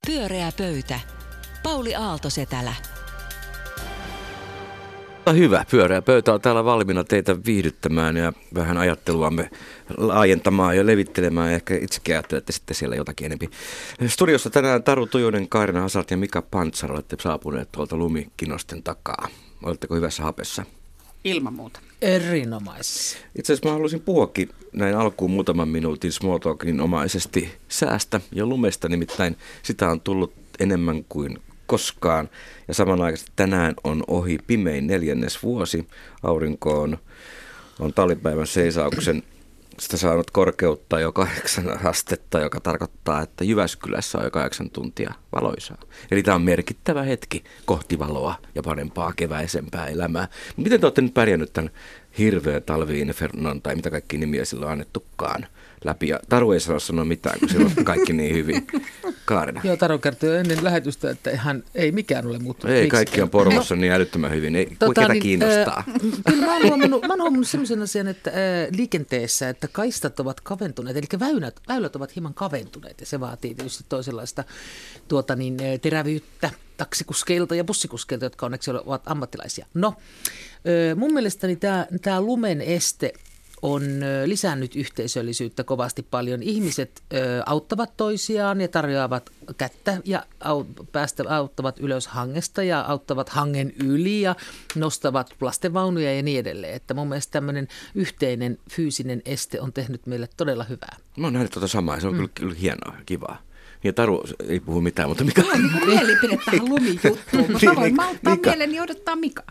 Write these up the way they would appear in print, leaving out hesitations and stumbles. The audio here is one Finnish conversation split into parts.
Pyöreä pöytä. Pauli Aalto-Setälä. Hyvä. Pyöreä pöytä on täällä valmiina teitä viihdyttämään ja vähän ajatteluamme laajentamaan ja levittelemään. Ja ehkä itsekin ajattelette sitten siellä jotakin enemmän. Studiossa tänään Taru Tujunen, Kaarina Hazard ja Mika Pantsar olette saapuneet tuolta lumikinosten takaa. Oletteko hyvässä hapessa? Ilman muuta. Erinomaisessa. Itse asiassa mä haluaisin puhuakin näin alkuun muutaman minuutin small talkin omaisesti säästä ja lumesta. Nimittäin sitä on tullut enemmän kuin koskaan. Ja samanaikaisesti tänään on ohi pimein 4. vuosi. Aurinko on talvipäivän seisauksen sitä saanut korkeutta jo 8 astetta, joka tarkoittaa, että Jyväskylässä on jo 8 tuntia valoisaa. Eli tämä on merkittävä hetki kohti valoa ja parempaa keväisempää elämää. Miten te olette nyt pärjännyt tämän hirveän talvi-infernon tai mitä kaikki nimiä sillä on annettukaan läpi? Ja Taru ei sano mitään, kun sillä on kaikki niin hyvin. Kaarina. Joo, Taru kertoi ennen lähetystä, että ei mikään ole muuttunut. Ei, kaikki on Porvoossa niin älyttömän hyvin. Ei, ketä kiinnostaa? Kyllä mä oon huomannut sellaisen asian, että liikenteessä, että kaistat ovat kaventuneet, eli väylät ovat hieman kaventuneet, ja se vaatii tietysti toisenlaista terävyyttä taksikuskeilta ja bussikuskeilta, jotka onneksi ovat ammattilaisia. No, mun mielestäni tämä lumen este on lisännyt yhteisöllisyyttä kovasti paljon. Ihmiset auttavat toisiaan ja tarjoavat kättä ja auttavat ylös hangesta ja auttavat hangen yli ja nostavat lastenvaunuja ja niin edelleen. Että mun mielestä tämmöinen yhteinen fyysinen este on tehnyt meille todella hyvää. Mä oon nähnyt tuota samaa, se on kyllä hienoa, kivaa. Ja Taru ei puhu mitään, mutta Mika. Joo, niin kuin mielipide tähän lumijuttuun, mutta mä voin malttaa mieleni odottaa Mika.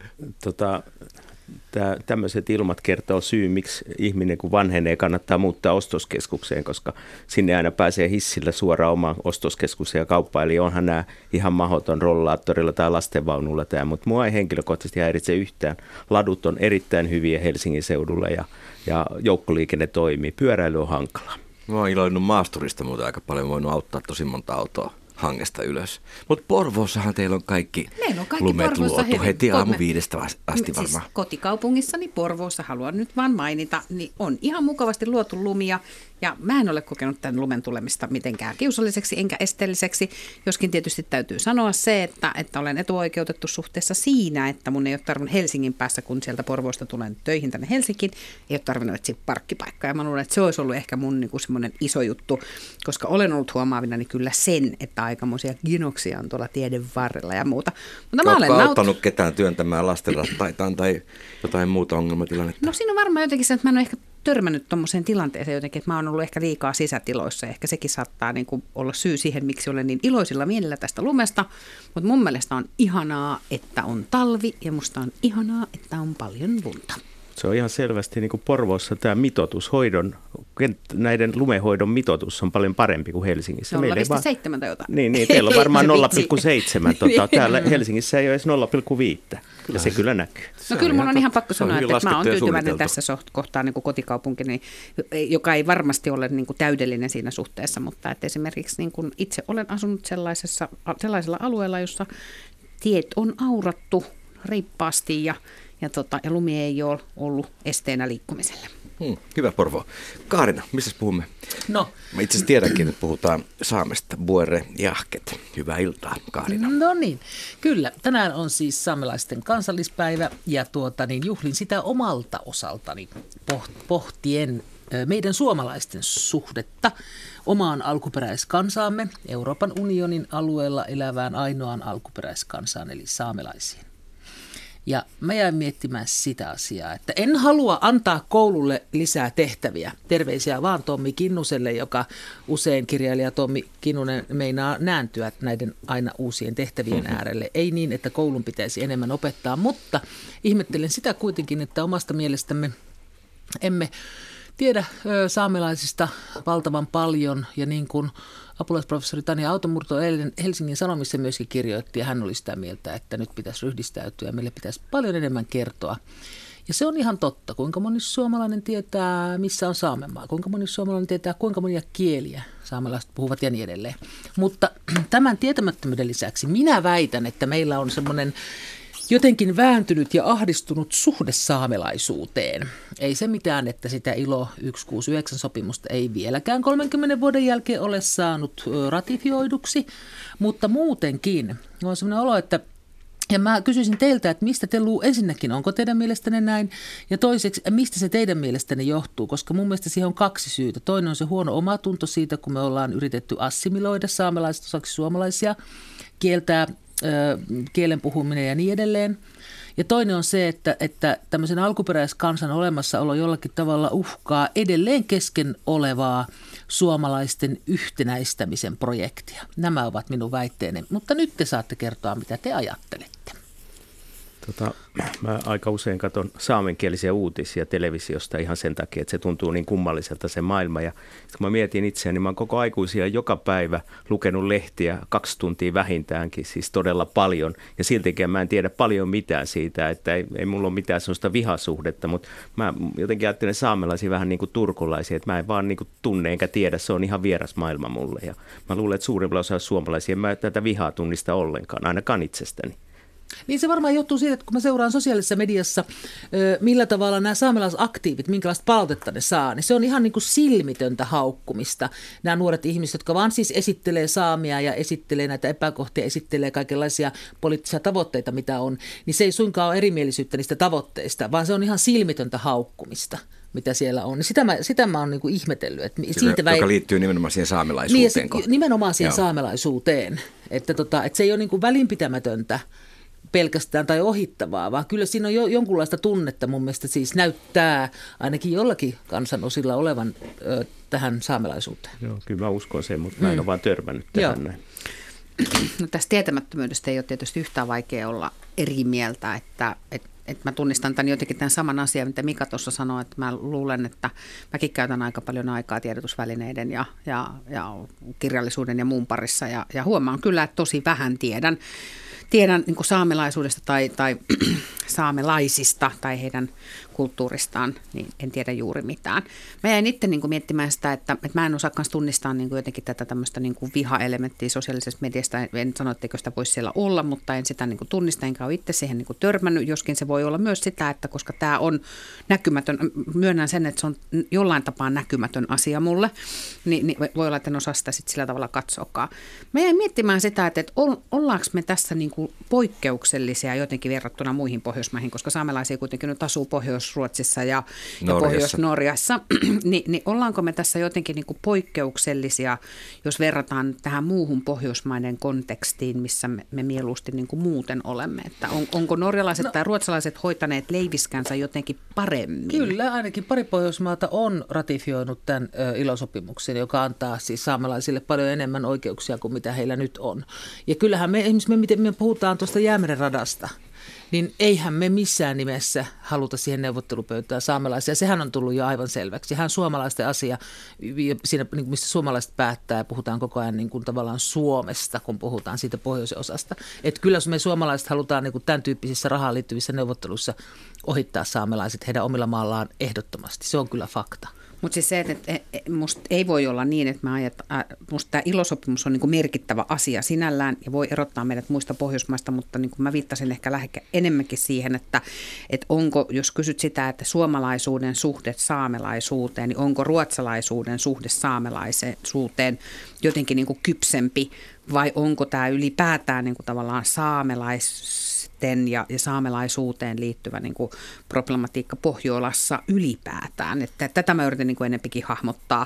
Tämmöiset ilmat kertoo syy, miksi ihminen kun vanhenee kannattaa muuttaa ostoskeskukseen, koska sinne aina pääsee hissillä suoraan omaan ostoskeskukseen ja kauppaan. Eli onhan nämä ihan mahdoton rollaattorilla tai lastenvaunulla tämä, mutta mua ei henkilökohtaisesti häiritse yhtään. Ladut on erittäin hyviä Helsingin seudulla ja joukkoliikenne toimii. Pyöräily on hankalaa. Mä oon iloinut maasturista, mutta aika paljon voinut auttaa tosi monta autoa hangesta ylös. Mutta Porvoossahan teillä on kaikki lumet luotu heti aamu 5 asti varmaan. Siis kotikaupungissani Porvoossa, haluan nyt vaan mainita, niin on ihan mukavasti luotu lumia. Ja mä en ole kokenut tämän lumen tulemista mitenkään kiusalliseksi enkä esteelliseksi, joskin tietysti täytyy sanoa se, että olen etuoikeutettu suhteessa siinä, että mun ei ole tarvinnut Helsingin päässä, kun sieltä Porvoosta tulen töihin tänne Helsinkiin, ei ole tarvinnut etsiä parkkipaikkaa. Ja mä luulen, että se olisi ollut ehkä mun niin semmoinen iso juttu, koska olen ollut huomaavinani kyllä sen, että aikamoisia ginoksia on tuolla tieden varrella ja muuta. Mutta mä olen auttanut ketään työntämään lastenrattaitaan tai jotain muuta ongelmatilannetta? No siinä on varmaan jotenkin se, että mä en ole ehkä törmännyt tuommoiseen tilanteeseen jotenkin, että mä oon ollut ehkä liikaa sisätiloissa. Ehkä sekin saattaa niin kuin olla syy siihen, miksi olen niin iloisilla mielellä tästä lumesta. Mutta mun mielestä on ihanaa, että on talvi ja musta on ihanaa, että on paljon lunta. Se on ihan selvästi niin kuin Porvoossa tämä mitoitus, näiden lumehoidon mitoitus on paljon parempi kuin Helsingissä. 0,7 tai jotain. Niin, teillä on varmaan 0,7. Täällä Helsingissä ei ole edes 0,5. Ja se kyllä näkyy. No kyllä mun on ihan pakko sanoa, että mä oon tyytyväinen tässä kohtaa niin kuin kotikaupunki, joka ei varmasti ole niin kuin täydellinen siinä suhteessa, mutta että esimerkiksi niin kuin itse olen asunut sellaisella alueella, jossa tiet on aurattu reippaasti ja lumi ei ole ollut esteenä liikkumiselle. Hyvä Porvoo. Kaarina, missä puhumme? No. Mä itse asiassa tiedänkin, että puhutaan saamesta. Buere jahket. Hyvää iltaa, Kaarina. No niin, kyllä. Tänään on siis saamelaisten kansallispäivä ja juhlin sitä omalta osaltani pohtien meidän suomalaisten suhdetta omaan alkuperäiskansaamme, Euroopan unionin alueella elävään ainoaan alkuperäiskansaan, eli saamelaisiin. Ja mä jäin miettimään sitä asiaa, että en halua antaa koululle lisää tehtäviä. Terveisiä vaan Tommi Kinnuselle, joka usein kirjailija Tommi Kinnunen meinaa nääntyä näiden aina uusien tehtävien äärelle. Ei niin, että koulun pitäisi enemmän opettaa, mutta ihmettelen sitä kuitenkin, että omasta mielestämme emme tiedä saamelaisista valtavan paljon ja niin kuin apulaisprofessori Tanja Automurto eilen Helsingin Sanomissa myöskin kirjoitti ja hän oli sitä mieltä, että nyt pitäisi ryhdistäytyä ja meille pitäisi paljon enemmän kertoa. Ja se on ihan totta, kuinka moni suomalainen tietää, missä on Saamenmaa, kuinka moni suomalainen tietää, kuinka monia kieliä saamelaiset puhuvat ja niin edelleen. Mutta tämän tietämättömyyden lisäksi minä väitän, että meillä on semmoinen jotenkin vääntynyt ja ahdistunut suhde saamelaisuuteen. Ei se mitään, että sitä ILO 169-sopimusta ei vieläkään 30 vuoden jälkeen ole saanut ratifioiduksi, mutta muutenkin on sellainen olo, että ja mä kysyisin teiltä, että mistä te ensinnäkin, onko teidän mielestänne näin, ja toiseksi, mistä se teidän mielestänne johtuu, koska mun mielestä siihen on 2 syytä. Toinen on se huono omatunto siitä, kun me ollaan yritetty assimiloida saamelaiset osaksi suomalaisia, kieltää kielen puhuminen ja niin edelleen. Ja toinen on se, että tämmöisen alkuperäiskansan olemassaolo jollakin tavalla uhkaa edelleen kesken olevaa suomalaisten yhtenäistämisen projektia. Nämä ovat minun väitteeni, mutta nyt te saatte kertoa, mitä te ajattelette. Mä aika usein katson saamenkielisiä uutisia televisiosta ihan sen takia, että se tuntuu niin kummalliselta se maailma. Ja kun mä mietin itseäni, niin mä oon koko aikuisia joka päivä lukenut lehtiä 2 tuntia vähintäänkin, siis todella paljon. Ja siltikään mä en tiedä paljon mitään siitä, että ei mulla ole mitään sellaista vihasuhdetta, mutta mä jotenkin ajattelen saamelaisia vähän niin kuin turkulaisia, että mä en vaan niin kuin tunne enkä tiedä, se on ihan vieras maailma mulle. Ja mä luulen, että suurimmalla osalla suomalaisia mä tätä vihaa tunnista ollenkaan, ainakaan itsestäni. Niin se varmaan johtuu siitä, että kun mä seuraan sosiaalisessa mediassa, millä tavalla nämä saamelaisaktiivit, minkälaista palautetta ne saa, niin se on ihan niin kuin silmitöntä haukkumista. Nämä nuoret ihmiset, jotka vaan siis esittelee saamia ja esittelee näitä epäkohtia, esittelee kaikenlaisia poliittisia tavoitteita, mitä on, niin se ei suinkaan ole erimielisyyttä niistä tavoitteista, vaan se on ihan silmitöntä haukkumista, mitä siellä on. Sitä mä oon niin kuin ihmetellyt. Että joka liittyy nimenomaan siihen saamelaisuuteen. Niin, nimenomaan siihen saamelaisuuteen, että se ei ole niin kuin välinpitämätöntä pelkästään tai ohittavaa, vaan kyllä siinä on jonkunlaista tunnetta mun mielestä siis näyttää ainakin jollakin kansanosilla olevan tähän saamelaisuuteen. Joo, kyllä mä uskon sen, mutta mä en ole vaan törmännyt tähän näin. No tästä tietämättömyydestä ei ole tietysti yhtään vaikea olla eri mieltä, että mä tunnistan tämän jotenkin tämän saman asian, mitä Mika tuossa sanoi, että mä luulen, että mäkin käytän aika paljon aikaa tiedotusvälineiden ja kirjallisuuden ja muun parissa ja huomaan kyllä, että tosi vähän tiedän niin kuin saamelaisuudesta tai saamelaisista tai heidän kulttuuristaan, niin en tiedä juuri mitään. Mä jäin itse niin kuin miettimään sitä, että mä en osaa myös tunnistaa niin kuin jotenkin tätä tämmöistä niin kuin viha-elementtiä sosiaalisesta mediasta. En sano, etteikö sitä voisi siellä olla, mutta en sitä niin kuin tunnista, enkä ole itse siihen niin kuin törmännyt. Joskin se voi olla myös sitä, että koska tämä on näkymätön, myönnän sen, että se on jollain tapaa näkymätön asia mulle, niin voi olla, että en osaa sitä sitten sillä tavalla katsoakaan. Mä jäin miettimään sitä, että ollaanko me tässä niin kuin poikkeuksellisia jotenkin verrattuna muihin Pohjoismaihin, koska saamelaisia kuitenkin nyt asuu Pohjois-Ruotsissa ja Pohjois-Norjassa, niin ollaanko me tässä jotenkin niin kuin poikkeuksellisia, jos verrataan tähän muuhun pohjoismaiden kontekstiin, missä me mieluusti niin kuin muuten olemme, että onko norjalaiset tai ruotsalaiset hoitaneet leiviskänsä jotenkin paremmin? Kyllä, ainakin pari Pohjoismaata on ratifioinut tämän ILO-sopimuksen, joka antaa siis saamelaisille paljon enemmän oikeuksia kuin mitä heillä nyt on. Ja kyllähän miten me puhutaan tuosta Jäämeren radasta, niin eihän me missään nimessä haluta siihen neuvottelupöytään saamelaisia. Sehän on tullut jo aivan selväksi. Sehän on suomalaisten asia, siinä, mistä suomalaiset päättää ja puhutaan koko ajan niin kuin tavallaan Suomesta, kun puhutaan siitä pohjoisen osasta. Että kyllä jos me suomalaiset halutaan niin kuin tämän tyyppisissä rahaan liittyvissä neuvotteluissa ohittaa saamelaiset heidän omilla maallaan ehdottomasti. Se on kyllä fakta. Mutta siis se, että musta ei voi olla niin, että musta tämä ILO-sopimus on niin kuin merkittävä asia sinällään ja voi erottaa meidät muista Pohjoismaista, mutta niin kuin mä viittasin ehkä enemmänkin siihen, että onko, jos kysyt sitä, että suomalaisuuden suhde saamelaisuuteen, niin onko ruotsalaisuuden suhde saamelaisuuteen jotenkin niin kuin kypsempi vai onko tämä ylipäätään niin kuin tavallaan saamelaisten ja saamelaisuuteen liittyvä niin kuin problematiikka Pohjolassa ylipäätään. Että tätä mä yritän niin kuin enempikin hahmottaa.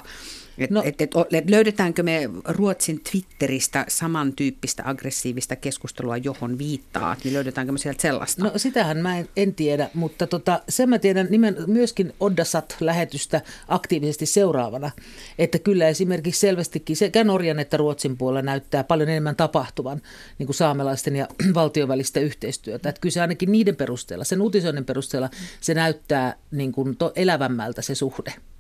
Löydetäänkö me Ruotsin Twitteristä samantyyppistä aggressiivista keskustelua, johon viittaa? Niin löydetäänkö me sieltä sellaista? No sitähän mä en tiedä, mutta sen mä tiedän myöskin Oddasat-lähetystä aktiivisesti seuraavana, että kyllä esimerkiksi selvästikin sekä Norjan että Ruotsin puolella näyttää paljon enemmän tapahtuvan niin kuin saamelaisten ja valtion välistä yhteistyötä. Että kyllä se ainakin niiden perusteella, sen uutisoinnin perusteella se näyttää niin kuin elävämmältä se suhde.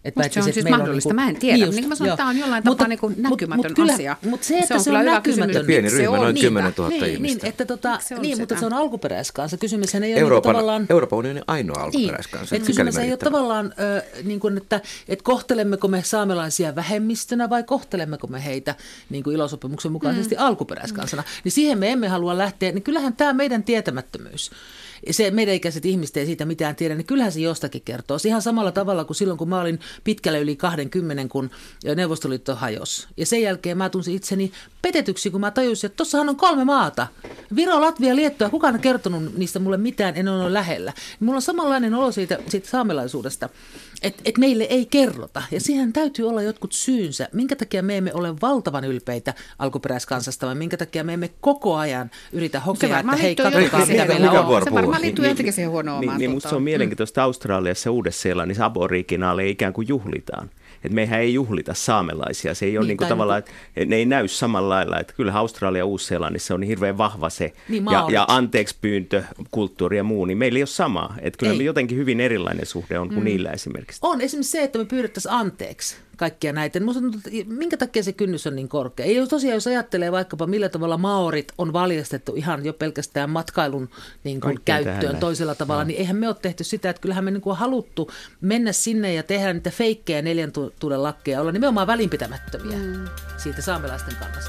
Musta se on siis mahdollista, mä en tiedä. Niin kuin mä sanoin, tämä on jollain tapaa niin kuin näkymätön asia. Mutta se, että se on näkymätön. Pieni ryhmä, noin 10 000 ihmistä. Mutta se on alkuperäiskansa. Kysymys ei ole tavallaan... Euroopan unionin ainoa alkuperäiskansa. Kysymys ei ole tavallaan, että kohtelemmeko me saamelaisia vähemmistönä vai kohtelemmeko me heitä niin kuin ilosopimuksen mukaisesti alkuperäiskansana. Niin siihen me emme halua lähteä. Niin kyllähän tämä meidän tietämättömyys, se meidän ikäiset ihmiset ei siitä mitään tiedä, niin kyllähän se jostakin kertoo. Ihan samalla tavalla kuin silloin, kun mä olin pitkälle yli 20, kun Neuvostoliitto hajosi. Ja sen jälkeen mä tunsin itseni petetyksi, kun mä tajusin, että tossahan on 3 maata. Viro, Latvia, Liettua, kukaan on kertonut niistä mulle mitään, en ole lähellä. Mulla on samanlainen olo siitä saamelaisuudesta, että meille ei kerrota. Ja siihen täytyy olla jotkut syynsä. Minkä takia me emme ole valtavan ylpeitä alkuperäiskansasta, vai minkä takia me emme koko ajan yritä hokea, että hei, katsokaa mitä meillä on. Se varmaan liittyy jotenkin siihen huonoon omaan. Niin musta se on mielenkiintoista Australiassa ja Uudessa-Seelannissa aboriginaaleja ikään kuin juhlitaan. Että meihän ei juhlita saamelaisia. Se ei ole niin kuin tavallaan, että ne ei näy samalla lailla. Että kyllä Australia ja Uus-Seelannissa on hirveän vahva se. Niin ja anteeksi pyyntö, kulttuuri ja muu, niin meillä ei ole samaa. Että kyllä me jotenkin hyvin erilainen suhde on kuin niillä esimerkiksi. On esimerkiksi se, että me pyydettäisiin anteeksi kaikkia näitä. Minkä takia se kynnys on niin korkea? Ei tosiaan, jos ajattelee vaikkapa millä tavalla maorit on valjastettu ihan jo pelkästään matkailun niin kuin käyttöön toisella tavalla, niin eihän me ole tehty sitä, että kyllähän me niin kuin haluttu mennä sinne ja tehdä niitä feikkejä 4 tuuden lakkeja, olla nimenomaan välinpitämättömiä siitä saamelaisten kannasta.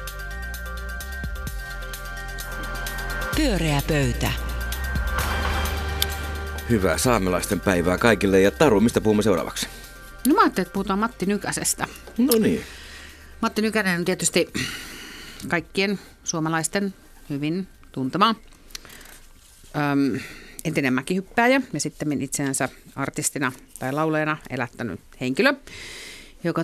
Pyöreä pöytä. Hyvää saamelaisten päivää kaikille. Ja Taru, mistä puhumme seuraavaksi? No mä ajattelin, että puhutaan Matti Nykäsestä. No niin. Matti Nykänen on tietysti kaikkien suomalaisten hyvin tuntema entinen mäkihyppääjä ja sitten itseänsä artistina tai laulajana elättänyt henkilö, joka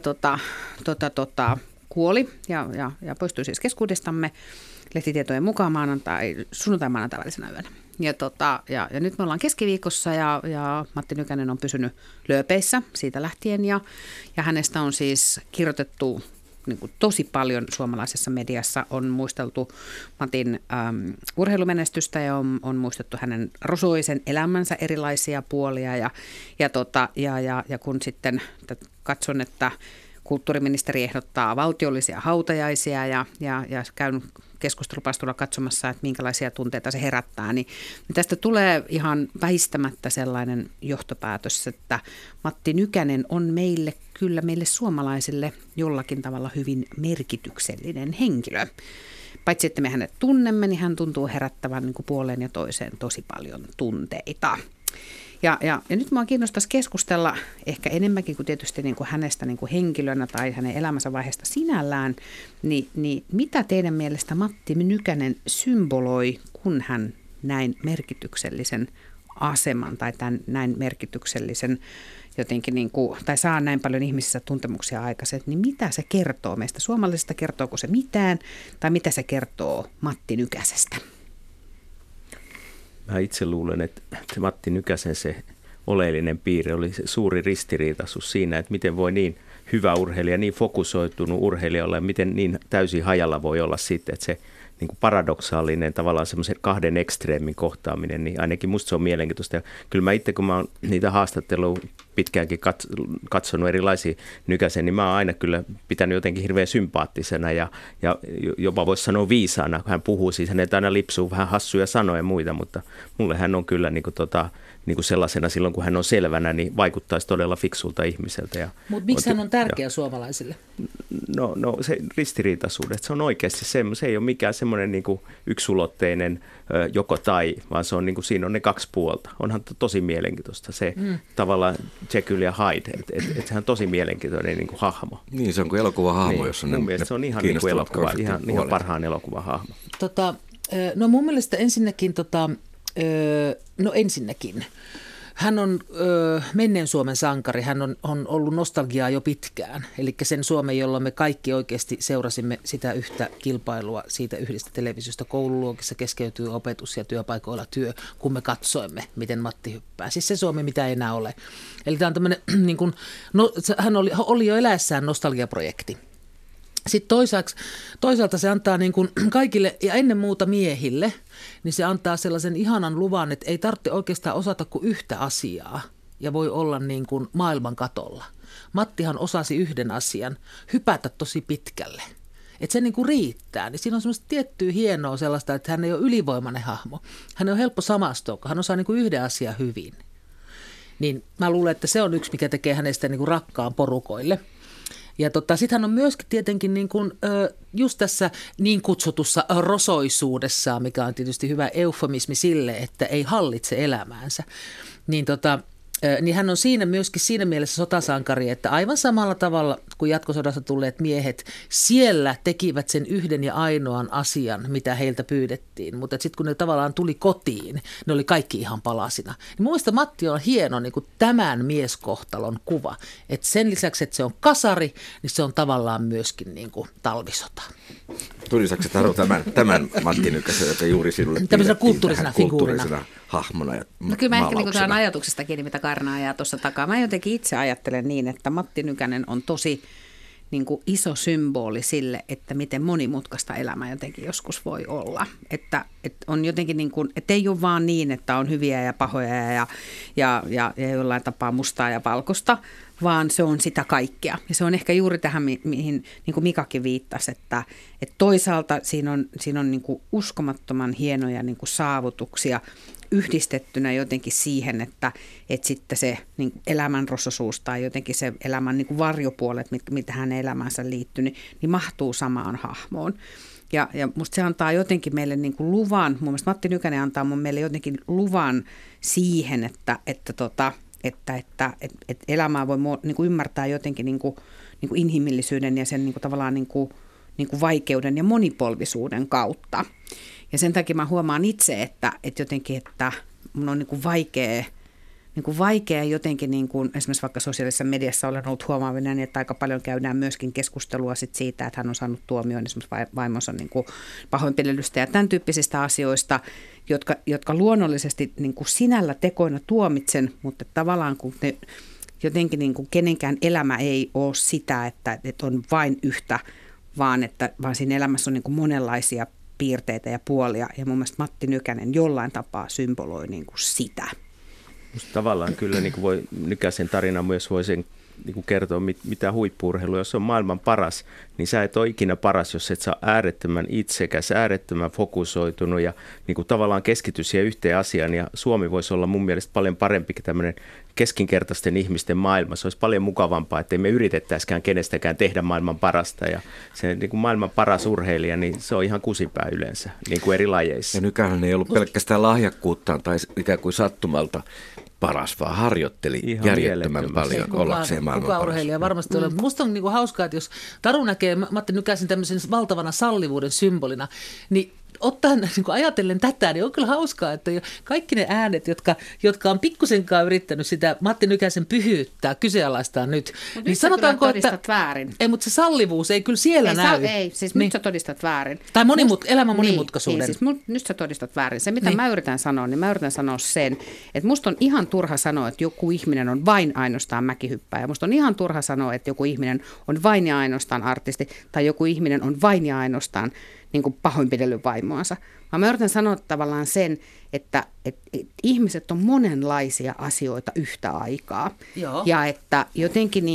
kuoli ja poistui siis keskuudestamme lehtitietojen mukaan sunnuntai-maanantai välisenä yönä. Ja nyt me ollaan keskiviikossa ja Matti Nykänen on pysynyt lööpeissä siitä lähtien ja hänestä on siis kirjoitettu niin kuin tosi paljon suomalaisessa mediassa. On muisteltu Matin urheilumenestystä ja on muistettu hänen rosoisen elämänsä erilaisia puolia ja kun sitten katson, että kulttuuriministeri ehdottaa valtiollisia hautajaisia ja käyn keskustelupalstalla katsomassa, että minkälaisia tunteita se herättää, niin tästä tulee ihan väistämättä sellainen johtopäätös, että Matti Nykänen on meille suomalaisille jollakin tavalla hyvin merkityksellinen henkilö. Paitsi että me hänet tunnemme, niin hän tuntuu herättävän niin kuin puoleen ja toiseen tosi paljon tunteita. Ja nyt minua kiinnostaisi keskustella ehkä enemmänkin kuin tietysti niin kuin hänestä niin kuin henkilönä tai hänen elämänsä vaiheesta sinällään, niin mitä teidän mielestä Matti Nykänen symboloi, kun hän näin merkityksellisen aseman tai tämän näin merkityksellisen jotenkin niin kuin, tai saa näin paljon ihmisissä tuntemuksia aikaiset, niin mitä se kertoo meistä suomalaisista, kertooko se mitään tai mitä se kertoo Matti Nykäsestä? Mä itse luulen, että Matti Nykäsen se oleellinen piirre oli se suuri ristiriitaisuus siinä, että miten voi niin hyvä urheilija, niin fokusoitunut urheilija olla ja miten niin täysin hajalla voi olla sitten, että se niin kuin paradoksaalinen tavallaan semmoisen 2 ekstreemin kohtaaminen, niin ainakin musta se on mielenkiintoista. Ja kyllä mä itse, kun mä oon niitä haastatteluja pitkäänkin katsonut erilaisia Nykäsen, niin mä oon aina kyllä pitänyt jotenkin hirveän sympaattisena ja jopa voisi sanoa viisaana, kun hän puhuu. Siis häneltä aina lipsuu vähän hassuja sanoja ja muita, mutta mulle hän on kyllä niin kuin sellaisena silloin, kun hän on selvänä, niin vaikuttaisi todella fiksulta ihmiseltä. Mutta miksi hän on tärkeä suomalaisille? No se ristiriitaisuudet, se on oikeasti se ei ole mikään semmoinen niin kuin yksulotteinen joko tai, vaan se on niin kuin, siinä on ne 2 puolta. Onhan tosi mielenkiintoista se tavallaan Jekyll ja Hyde, että sehän on tosi mielenkiintoinen niin kuin hahmo. Niin, se on kuin elokuvahahmo, niin, jossa mun mielestä se on ihan niin kuin elokuva, ihan parhaan elokuvahahmo. No mun mielestä ensinnäkin hän on menneen Suomen sankari, hän on ollut nostalgiaa jo pitkään, eli sen Suomen, jolloin me kaikki oikeasti seurasimme sitä yhtä kilpailua siitä yhdestä televisiosta. Koululuokissa keskeytyy opetus ja työpaikoilla työ, kun me katsoimme, miten Matti hyppää. Siis se Suomi, mitä ei enää ole. Eli tämä on tämmöinen, niin kuin, hän oli jo eläessään nostalgiaprojekti. Sitten toisaalta se antaa niin kuin kaikille ja ennen muuta miehille, niin se antaa sellaisen ihanan luvan, että ei tarvitse oikeastaan osata kuin yhtä asiaa ja voi olla niin kuin maailman katolla. Mattihan osasi yhden asian, hypätä tosi pitkälle. Että se niin kuin riittää. Niin siinä on semmoista tiettyä hienoa sellaista, että hän ei ole ylivoimainen hahmo. Hän on helppo samastua, kun hän osaa niin kuin yhden asian hyvin. Niin mä luulen, että se on yksi, mikä tekee hänestä niin kuin rakkaan porukoille. Ja sitten hän on myöskin tietenkin niin kuin, just tässä niin kutsutussa rosoisuudessaan, mikä on tietysti hyvä eufemismi sille, että ei hallitse elämäänsä, niin hän on myöskin siinä mielessä sotasankari, että aivan samalla tavalla kuin jatkosodassa tulleet miehet, siellä tekivät sen yhden ja ainoan asian, mitä heiltä pyydettiin. Mutta sitten kun ne tavallaan tuli kotiin, ne oli kaikki ihan palasina. Niin mun mielestä Matti on hieno niin kuin tämän mieskohtalon kuva. Että sen lisäksi, että se on kasari, niin se on tavallaan myöskin niin kuin talvisota. Tulisitko Taru tämän Matti Nykäsen, joka juuri sinulle tämmöisenä kulttuurisena hahmona ja no kyllä mä ehkä niin tämän ajatuksestakin, mitä Karna ajaa tuossa takaa. Mä jotenkin itse ajattelen niin, että Matti Nykänen on tosi niin kuin iso symboli sille, että miten monimutkaista elämä jotenkin joskus voi olla. Että on jotenkin niin kuin, että ei ole vaan niin, että on hyviä ja pahoja ja jollain tapaa mustaa ja valkoista, vaan se on sitä kaikkea. Ja se on ehkä juuri tähän, mihin niin kuin Mikakin viittasi, että toisaalta siinä on niin kuin uskomattoman hienoja niin kuin saavutuksia yhdistettynä jotenkin siihen, että sitten se niin elämän rososuus tai jotenkin se elämän niin kuin varjopuolet, mitä hänen elämänsä liittyy, niin mahtuu samaan hahmoon. Ja musta se antaa jotenkin meille niin kuin luvan, mun mielestä Matti Nykänen antaa meille jotenkin luvan siihen, että elämää voi niin kuin ymmärtää jotenkin niin kuin inhimillisyyden ja sen niin kuin tavallaan niin kuin vaikeuden ja monipolvisuuden kautta. Ja sen takia mä huomaan itse, että jotenkin, että mun on niin kuin vaikea jotenkin, niin kuin esimerkiksi vaikka sosiaalisessa mediassa olen ollut huomaavinen, että aika paljon käydään myöskin keskustelua siitä, että hän on saanut tuomioon esimerkiksi vaimonsa niin kuin pahoinpitelystä ja tämän tyyppisistä asioista, jotka luonnollisesti niin kuin sinällä tekoina tuomitsen, mutta tavallaan kun ne jotenkin niin kuin kenenkään elämä ei ole sitä, että on vain yhtä, vaan siinä elämässä on niin kuin monenlaisia piirteitä ja puolia, ja mun mielestä Matti Nykänen jollain tapaa symboloi niin kuin sitä. Musta tavallaan kyllä niin kuin voi Nykäsen tarina myös voi sen niin kuin kertoa, mitä huippu-urheilu, jos on maailman paras, niin sä et ole ikinä paras, jos et saa äärettömän itsekäs, äärettömän fokusoitunut ja niin kuin tavallaan keskity siihen yhteen asiaan. Ja Suomi voisi olla mun mielestä paljon parempi kuin tämmöinen keskinkertaisten ihmisten maailma. Se olisi paljon mukavampaa, ettei me yritettäisikään kenestäkään tehdä maailman parasta. Ja se niin kuin maailman paras urheilija, niin se on ihan kusipää yleensä, niin kuin eri lajeissa. Ja Nykänen ei ollut pelkästään lahjakkuuttaan tai ikään kuin sattumalta paras, vaan harjoitteli ihan järjettömän paljon ollakseen maailman paras. Kuka urheilija varmasti ole. Musta on niinku hauskaa, että jos Taru näkee Matti Nykäsen tämmöisen valtavana sallivuuden symbolina, niin ottaen niin ajatellen tätä, niin on kyllä hauskaa, että kaikki ne äänet, jotka on pikkusenkaan yrittänyt sitä Matti Nykäsen pyhyyttää, kyseenalaistaa nyt. Mutta niin sanotaanko, että väärin. Ei, mutta se sallivuus ei kyllä siellä näy. Siis niin. Nyt sä todistat väärin. Tai elämän monimutkaisuuden. Niin, siis nyt sä todistat väärin. Se, mitä mä yritän sanoa, niin mä yritän sanoa sen, että musta on ihan turha sanoa, että joku ihminen on vain ainoastaan mäkihyppääjä. Musta on ihan turha sanoa, että joku ihminen on vain ja ainoastaan artisti, tai joku ihminen on vain ja ainoastaan niin kuin pahoinpidellyt vaimoansa. Mä yritän sanoa tavallaan sen, että ihmiset on monenlaisia asioita yhtä aikaa. Joo. Ja että jotenkin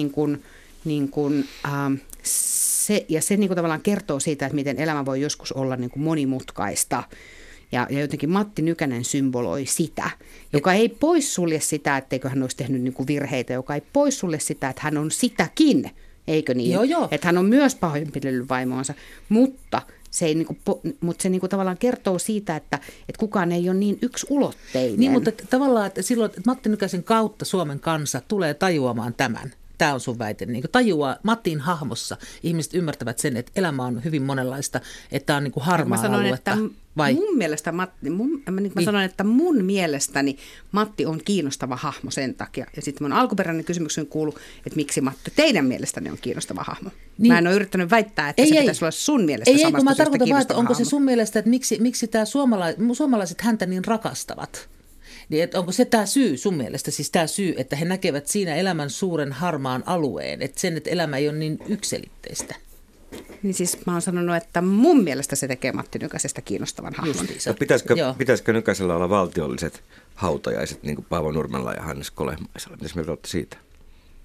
se niin kuin tavallaan kertoo siitä, että miten elämä voi joskus olla niin kuin monimutkaista. Ja jotenkin Matti Nykänen symboloi sitä, joka ei poissulje sitä, etteikö hän olisi tehnyt niin kuin virheitä, joka ei poissulje sitä, että hän on sitäkin, eikö niin? Joo. Että hän on myös pahoinpidellyt vaimoansa, mutta se ei mutta se niinku tavallaan kertoo siitä, että kukaan ei ole niin yksiulotteinen. Niin, mutta tavallaan, että silloin että Matti Nykäsen kautta Suomen kansa tulee tajuamaan tämän. Tämä on sun väite. Niin kuin tajuaa Mattin hahmossa. Ihmiset ymmärtävät sen, että elämä on hyvin monenlaista, että tämä on niin kuin harmaa aluetta. Mun mielestä mä sanon, että mun mielestäni Matti on kiinnostava hahmo sen takia. Ja sitten mun alkuperäinen kysymys kuuluu, että miksi Matti teidän mielestäni on kiinnostava hahmo? Niin. Mä en ole yrittänyt väittää, että se pitäisi olla sun mielestä samasta syystä kiinnostava hahmo. Ei, kun mä tarkoitan vaan, että onko se sun mielestä, että miksi tämä suomalaiset häntä niin rakastavat? Niin, että onko se tämä syy sun mielestä, siis tämä syy, että he näkevät siinä elämän suuren harmaan alueen, että elämä ei ole niin yksiselitteistä? Niin siis mä oon sanonut, että mun mielestä se tekee Matti Nykäsestä kiinnostavan hahmon. Pitäisikö Nykäsellä olla valtiolliset hautajaiset, niin kuin Paavo Nurmella ja Hannes Kolehmaisella? Mitäs mieltä olette siitä?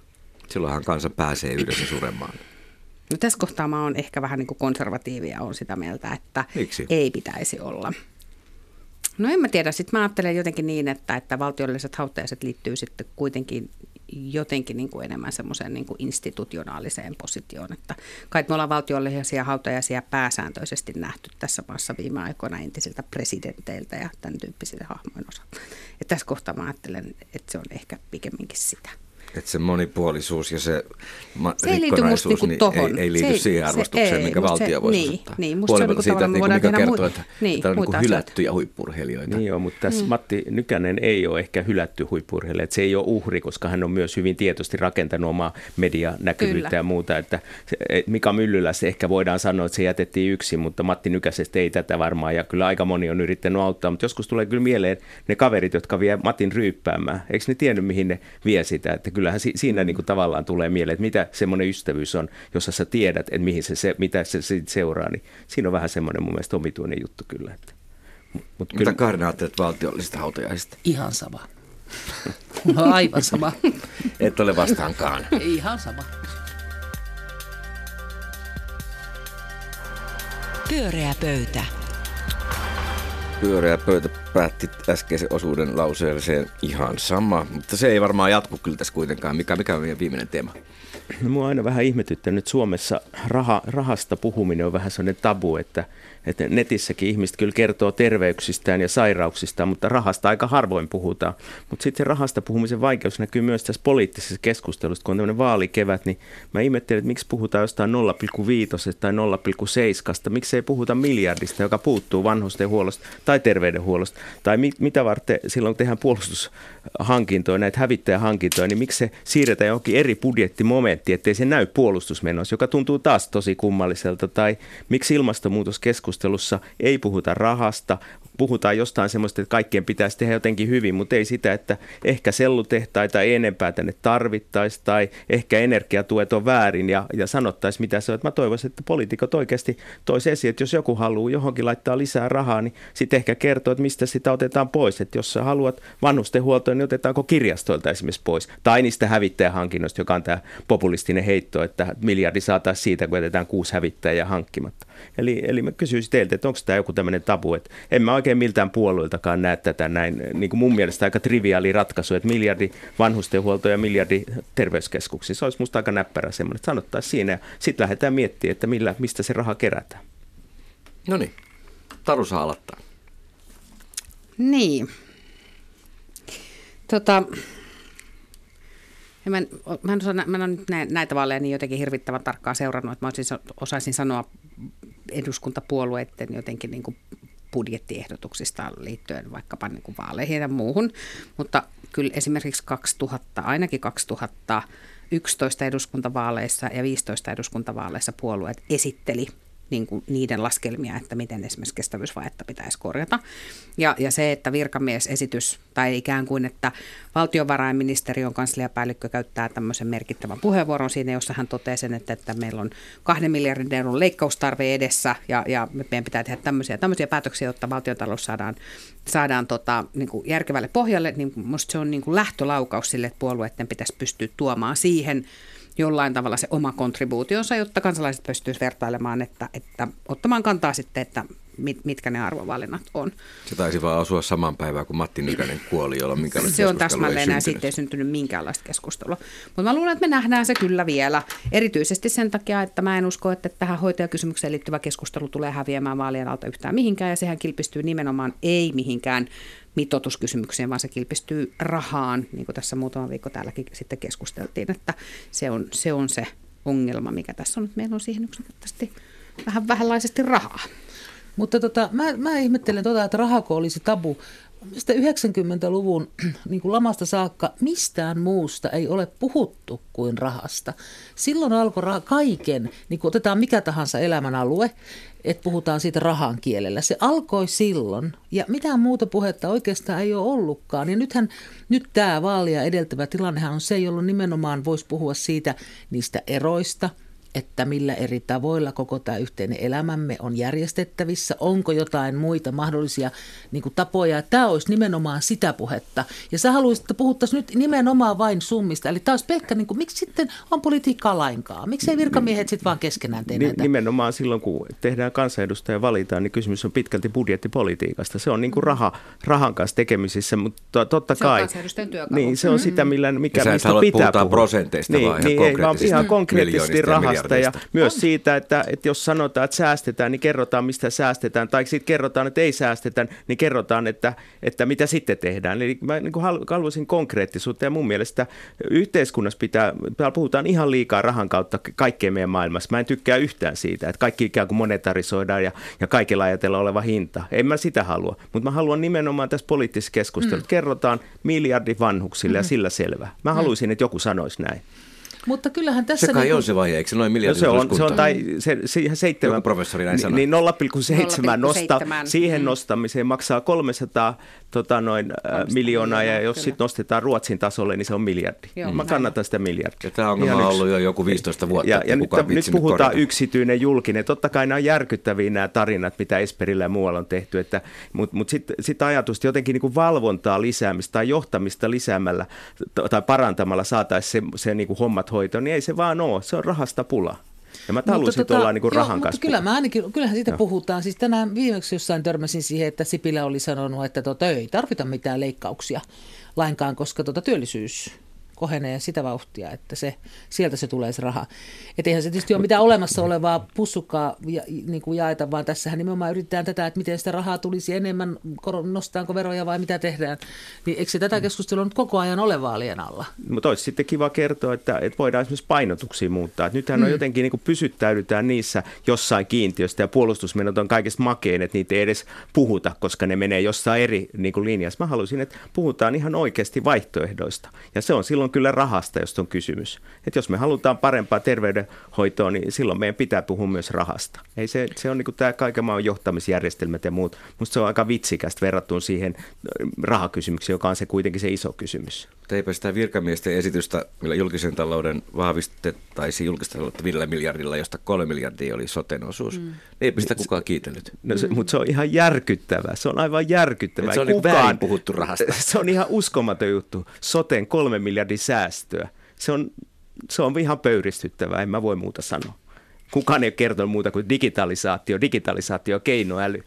Silloinhan kansa pääsee yhdessä suremaan. No tässä kohtaa mä oon ehkä vähän niin kuin konservatiivia, on sitä mieltä, että Miksi? Ei pitäisi olla. No en mä tiedä, sitten mä ajattelen jotenkin niin, että valtiolliset hautajaiset liittyy sitten kuitenkin jotenkin niin kuin enemmän semmoiseen niin kuin institutionaaliseen positioon, että kai me ollaan valtiollisia hautajaisia pääsääntöisesti nähty tässä maassa viime aikoina entisiltä presidenteiltä ja tämän tyyppisiltä hahmojen osalta. Ja tässä kohtaa mä ajattelen, että se on ehkä pikemminkin sitä. Että se monipuolisuus ja se rikkonaisuus niin ei liity siihen arvostukseen, minkä valtio voisi osoittaa. Huolimatta siitä, että mikä kertoo, että täällä on muita hylättyjä huippu-urheilijoita. Niin joo, mutta tässä Matti Nykänen ei ole ehkä hylätty huippu-urheilija. Että se ei ole uhri, koska hän on myös hyvin tietoisesti rakentanut omaa medianäkyvyyttä ja muuta. Että Mika Myllylässä ehkä voidaan sanoa, että se jätettiin yksin, mutta Matti Nykäsestä ei tätä varmaan. Ja kyllä aika moni on yrittänyt auttaa, mutta joskus tulee kyllä mieleen ne kaverit, jotka vie Matin ryyppäämään. Eikö ne tiennyt, mihin ne vie sitä? Että kyllähän siinä niin kuin tavallaan tulee mieleen, että mitä semmoinen ystävyys on, jossa sä tiedät, että mihin mitä se seuraa, niin siinä on vähän semmoinen mun mielestä omituinen juttu kyllä. Että, Mitä Kaarina ajattelet valtiollisista hautajaisista? Ihan sama. Aivan sama. Et ole vastaankaan. Ihan sama. Pyöreä pöytä. Pyöreä pöytä päätti äskeisen osuuden lauseelliseen ihan sama, mutta se ei varmaan jatku kyllä tässä kuitenkaan. Mikä on meidän viimeinen teema? No, mua on aina vähän ihmetyttänyt, Suomessa rahasta puhuminen on vähän sellainen tabu, että netissäkin ihmiset kyllä kertoo terveyksistään ja sairauksistaan, mutta rahasta aika harvoin puhutaan. Mutta sitten se rahasta puhumisen vaikeus näkyy myös tässä poliittisessa keskustelussa, kun on tämmöinen vaalikevät, niin mä ihmettelen, että miksi puhutaan jostain 0,5 tai 0,7, miksi ei puhuta miljardista, joka puuttuu vanhustenhuollosta tai terveydenhuollosta, tai mitä varten silloin kun tehdään puolustushankintoja, näitä hävittäjähankintoja, niin miksi se siirretään johonkin eri budjettimomenttiin, ettei se näy puolustusmenossa, joka tuntuu taas tosi kummalliselta, tai miksi ilmastonmuutoskeskustelussa ei puhuta rahasta, puhutaan jostain semmoista, että kaikkien pitäisi tehdä jotenkin hyvin, mutta ei sitä, että ehkä sellutehtaita ei enempää tänne tarvittaisi tai ehkä energiatuet on väärin ja sanottaisiin mitä se on. Mä toivoisin, että poliitikot oikeasti toisi esiin, että jos joku haluaa johonkin laittaa lisää rahaa, niin sitten ehkä kertoo, että mistä sitä otetaan pois. Että jos sä haluat vanhustenhuoltoa, niin otetaanko kirjastoilta esimerkiksi pois. Tai niistä hävittäjähankinnoista, joka on tämä populistinen heitto, että miljardi saataisiin siitä, kun jätetään 6 hävittäjää hankkimatta. Eli mä kysyisin teiltä, että onko tämä joku tämmöinen tabu, että en mä oikein miltään puolueiltakaan näe tätä näin, niin kuin mun mielestä aika triviaali ratkaisu, että miljardi vanhustenhuolto ja miljardi terveyskeskuksiin. Se olisi musta aika näppärä semmoinen, että sanottaisiin siinä ja sitten lähdetään miettimään, että mistä se raha kerätään. No niin, Taru saa aloittaa. Niin. Mä en ole nyt näitä vaaleja niin jotenkin hirvittävän tarkkaan seurannut, että mä osaisin sanoa eduskuntapuolueiden jotenkin niin kuin budjettiehdotuksista liittyen vaikkapa niin kuin vaaleihin ja muuhun, mutta kyllä esimerkiksi ainakin 2011 eduskuntavaaleissa ja 15 eduskuntavaaleissa puolueet esitteli niin kuin niiden laskelmia, että miten esimerkiksi kestävyysvajetta pitäisi korjata. Ja se, että virkamiesesitys tai ikään kuin, että valtiovarainministeriön kansliapäällikkö käyttää tämmöisen merkittävän puheenvuoron siinä, jossa hän toteaa sen, että meillä on 2 miljardin euron leikkaustarve edessä ja meidän pitää tehdä tämmöisiä päätöksiä, jotta valtiontalous saadaan niin kuin järkevälle pohjalle, niin musta se on niin kuin lähtölaukaus sille, että puolueiden pitäisi pystyä tuomaan siihen jollain tavalla se oma kontribuutionsa, jotta kansalaiset pystyisivät vertailemaan, että ottamaan kantaa sitten, että mitkä ne arvovalinnat on. Se taisi vaan asua saman päivään, kun Matti Nykänen kuoli, jolloin minkälaista se on täsmälleen ja sitten ei syntynyt minkäänlaista keskustelua. Mutta mä luulen, että me nähdään se kyllä vielä. Erityisesti sen takia, että mä en usko, että tähän hoitajakysymykseen liittyvä keskustelu tulee häviämään vaalien alta yhtään mihinkään. Ja sehän kilpistyy nimenomaan ei mihinkään mitoituskysymykseen, vaan se kilpistyy rahaan, niin kuin tässä muutama viikko täälläkin sitten keskusteltiin, että se on se ongelma, mikä tässä on. Meillä on siihen yksinkertaisesti vähänlaisesti rahaa. Mutta mä ihmettelen, että rahako olisi tabu. Sitten 90-luvun niin kuin lamasta saakka mistään muusta ei ole puhuttu kuin rahasta. Silloin alkoi kaiken, niin kuin otetaan mikä tahansa elämänalue, että puhutaan siitä rahan kielellä. Se alkoi silloin ja mitään muuta puhetta oikeastaan ei ole ollutkaan. Ja nyt tämä vaalia edeltävä tilannehan on se, jolloin nimenomaan voisi puhua siitä niistä eroista, että millä eri tavoilla koko tämä yhteinen elämämme on järjestettävissä, onko jotain muita mahdollisia niin kuin tapoja. Tämä olisi nimenomaan sitä puhetta. Ja sä haluaisit, että puhuttaisiin nyt nimenomaan vain summista. Eli tämä olisi pelkkä, niin kuin, miksi sitten on politiikkaa lainkaan? Miksi ei virkamiehet sitten vaan keskenään tee näitä? Nimenomaan silloin, kun tehdään kansanedustaja valitaan, niin kysymys on pitkälti budjettipolitiikasta. Se on niin kuin rahan kanssa tekemisissä, mutta totta kai. Se on kansanedustajan työkalu. Niin, se on sitä, mistä pitää puhua. Prosenteista, vaan ihan konkreettisesti rahasta ja myös siitä, että jos sanotaan, että säästetään, niin kerrotaan, mistä säästetään. Tai sitten kerrotaan, että ei säästetä, niin kerrotaan, että mitä sitten tehdään. Eli mä niin haluaisin konkreettisuutta ja mun mielestä yhteiskunnassa puhutaan ihan liikaa rahan kautta kaikkeen meidän maailmassa. Mä en tykkää yhtään siitä, että kaikki ikään kuin monetarisoidaan ja kaikilla ajatella oleva hinta. En mä sitä halua, mutta mä haluan nimenomaan tässä poliittisessa keskustelussa. Kerrotaan miljardi vanhuksille ja sillä selvä. Mä haluaisin, että joku sanoisi näin. Mutta kyllähän tässä... Se kai on se vaihe, eikö se noin miljardin se on tai se ihan 7... Joku professori näin sanoi. Niin 0,7 siihen nostamiseen maksaa 300 miljoonaa, ja jos sitten nostetaan Ruotsin tasolle, niin se on miljardi. Mä kannatan sitä miljardia. Ja tämä ongelma on ollut jo joku 15 vuotta. Ja nyt puhutaan yksityinen, julkinen. Totta kai nämä on järkyttäviä nämä tarinat, mitä Esperillä ja muualla on tehty. Mutta sitten ajatusta jotenkin niin kuin valvontaa lisäämistä tai johtamista lisäämällä tai parantamalla saataisiin se niin kuin hommat hoitoon, niin ei se vaan ole. Se on rahasta pula. Ja mä haluaisin, että ollaan niin rahan kanssa. Kyllähän siitä puhutaan. Siis tänään viimeksi jossain törmäsin siihen, että Sipilä oli sanonut, että ei tarvita mitään leikkauksia lainkaan, koska työllisyys kohenee sitä vauhtia, että sieltä se tulee se raha. Että eihän se tietysti ole mitään olemassa olevaa pussukkaa niin kuin jaeta, vaan tässähän nimenomaan yritetään tätä, että miten sitä rahaa tulisi enemmän, nostetaanko veroja vai mitä tehdään. Niin eikö se tätä keskustelua nyt koko ajan ole vaalien alla? Mutta olisi sitten kiva kertoa, että voidaan esimerkiksi painotuksia muuttaa. Että nythän on jotenkin niin kuin pysyttäydytään niissä jossain kiintiöstä ja puolustusmenot on kaikista makein, että niitä ei edes puhuta, koska ne menee jossain eri niin kuin linjassa. Mä haluaisin, että puhutaan ihan oikeasti vaihtoehdoista. Ja se on silloin kyllä rahasta, jos on kysymys. Että jos me halutaan parempaa terveydenhoitoa, niin silloin meidän pitää puhua myös rahasta. Ei se on niin kuin tämä kaiken maan johtamisjärjestelmät ja muut. Musta se on aika vitsikästä verrattuna siihen rahakysymykseen, joka on se kuitenkin se iso kysymys. Eipä sitä virkamiesten esitystä, millä julkisen talouden vahvistettaisiin julkista taloutta 5 miljardilla, josta 3 miljardia oli soten osuus. Eipä sitä kukaan kiitellyt. No mutta se on ihan järkyttävää. Se on aivan järkyttävää. Se on niin väärin puhuttu rahasta. Se on ihan uskomaton juttu. Soten 3 miljardin säästöä. Se on ihan pöyristyttävää, en mä voi muuta sanoa. Kukaan ei ole kertonut muuta kuin digitalisaatio, keinoäly.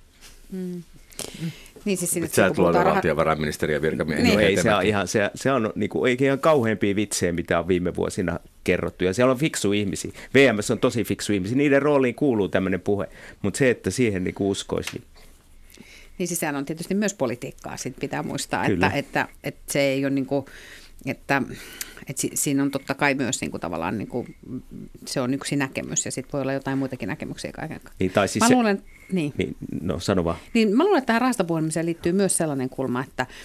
Niin siis sinne, sä et luoda valtiovarainministeriön virkamiehiä. Niin. No ei, se on niinku, ihan kauheampia vitsejä, mitä on viime vuosina kerrottu. Ja siellä on fiksu ihmisiä. VMS on tosi fiksu ihmisiä. Niiden rooliin kuuluu tämmöinen puhe. Mutta se, että siihen niinku uskoisi. Niin siis sehän on tietysti myös politiikkaa. Sitten pitää muistaa, että se ei ole niinku, että siinä on totta kai myös niinku tavallaan niinku, se on yksi näkemys ja sitten voi olla jotain muitakin näkemyksiä kaiken kaikkiaan. Niin, tai siis mä luulen, no sano vaan. Niin mä luulen, että tähän rahasta puhumiseen liittyy myös sellainen kulma,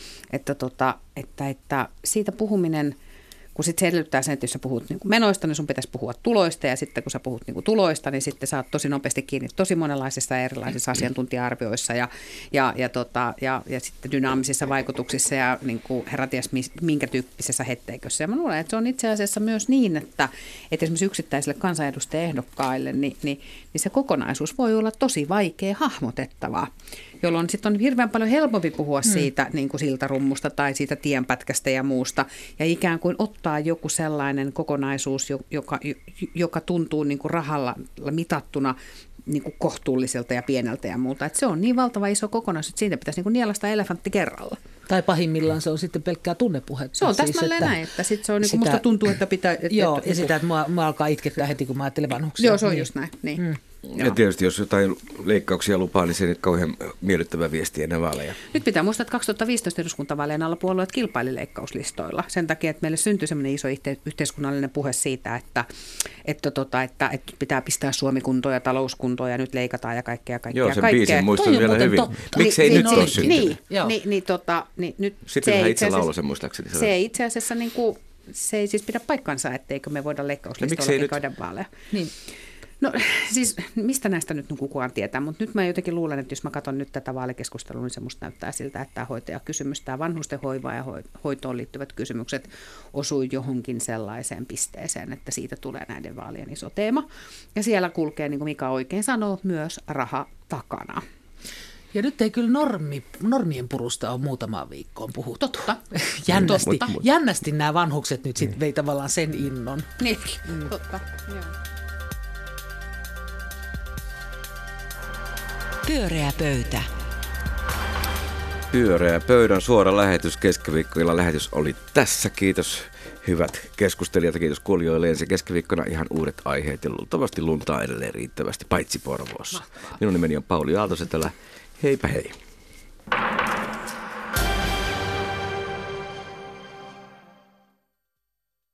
että siitä puhuminen, kun sitten se edellyttää sen, että jos sä puhut niin kuin menoista, niin sun pitäisi puhua tuloista, ja sitten kun sä puhut niin kuin tuloista, niin sitten sä oot tosi nopeasti kiinni tosi monenlaisissa erilaisissa asiantuntija-arvioissa ja sitten dynaamisissa vaikutuksissa ja niin kuin heräties minkä tyyppisessä hetteikössä. Ja mä luulen, että se on itse asiassa myös niin, että esimerkiksi yksittäisille kansanedustajaehdokkaille, niin se kokonaisuus voi olla tosi vaikea hahmotettavaa, jolloin sitten on hirveän paljon helpompi puhua siitä niin kuin siltarummusta tai siitä tienpätkästä ja muusta, ja ikään kuin ottaa joku sellainen kokonaisuus, joka tuntuu niin kuin rahalla mitattuna niin kuin kohtuulliselta ja pieneltä ja muuta. Et se on niin valtava iso kokonaisuus, että siitä pitäisi niin kuin nielasta elefantti kerralla. Tai pahimmillaan se on sitten pelkkää tunnepuhetta. Se on täsmälleen näin, että sitten se on niin kuin musta tuntuu, että pitää... Joo, ja sitä, että mua alkaa itkettää heti, kun mä ajattelen vanhuksia. Joo, se on just näin, niin. Ja tietysti jos jotain leikkauksia lupaa, niin se nyt kauhean miellyttävä viesti ennen vaaleja. Nyt pitää muistaa, että 2015 eduskuntavaalien alla puolueet kilpaili leikkauslistoilla. Sen takia, että meille syntyi sellainen iso yhteiskunnallinen puhe siitä, että pitää pistää Suomi kuntoon ja talouskuntoon ja nyt leikataan ja kaikkea. Joo, sen biisin muistan vielä hyvin. Miksei nyt ole syntynyt? Nyt Sipilä itse lauloi sen muistaakseni. Se ei itse asiassa, niin kuin, se ei siis pidä paikkansa, etteikö me voida leikkauslistoilla käydä vaaleja. Niin. No siis mistä näistä nyt kukaan tietää, mutta nyt mä jotenkin luulen, että jos mä katson nyt tätä vaalikeskustelua, niin se musta näyttää siltä, että tämä hoitajakysymys, tämä vanhustenhoiva ja hoitoon liittyvät kysymykset osui johonkin sellaiseen pisteeseen, että siitä tulee näiden vaalien iso teema. Ja siellä kulkee, niin kuin Mika oikein sanoo, myös raha takana. Ja nyt ei kyllä normien purusta ole muutamaan viikkoon puhuttu. Totta. Jännästi nämä vanhukset nyt sitten vei tavallaan sen innon. Niin, totta. Joo. Pyöreä pöytä. Pyöreä pöydän suora lähetys keskiviikkoilla. Lähetys oli tässä. Kiitos hyvät keskustelijat ja kiitos kuulijoille. Ensi keskiviikkona ihan uudet aiheet ja luultavasti luntaa edelleen riittävästi, paitsi Porvoossa. Minun nimeni on Pauli Aaltosetälä. Heipä hei.